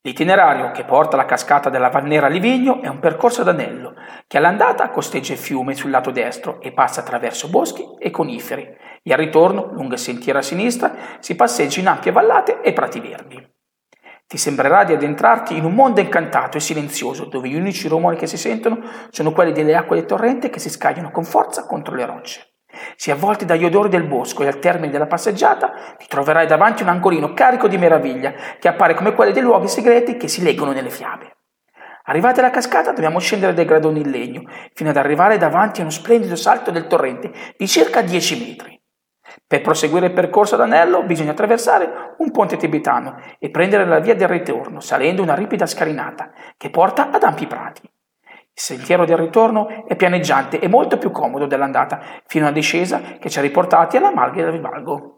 L'itinerario che porta alla cascata della Vannera a Livigno è un percorso ad anello che all'andata costeggia il fiume sul lato destro e passa attraverso boschi e coniferi e al ritorno, lungo il sentiero a sinistra, si passeggia in ampie vallate e prati verdi. Ti sembrerà di addentrarti in un mondo incantato e silenzioso dove gli unici rumori che si sentono sono quelli delle acque del torrente che si scagliano con forza contro le rocce. Se avvolti dagli odori del bosco e al termine della passeggiata ti troverai davanti un angolino carico di meraviglia che appare come quelli dei luoghi segreti che si leggono nelle fiabe. Arrivati alla cascata dobbiamo scendere dai gradoni in legno fino ad arrivare davanti a uno splendido salto del torrente di circa 10 metri. Per proseguire il percorso ad anello bisogna attraversare un ponte tibetano e prendere la via del ritorno salendo una ripida scalinata che porta ad ampi prati. Il sentiero del ritorno è pianeggiante e molto più comodo dell'andata, fino alla discesa che ci ha riportati alla Marghe del Valgo.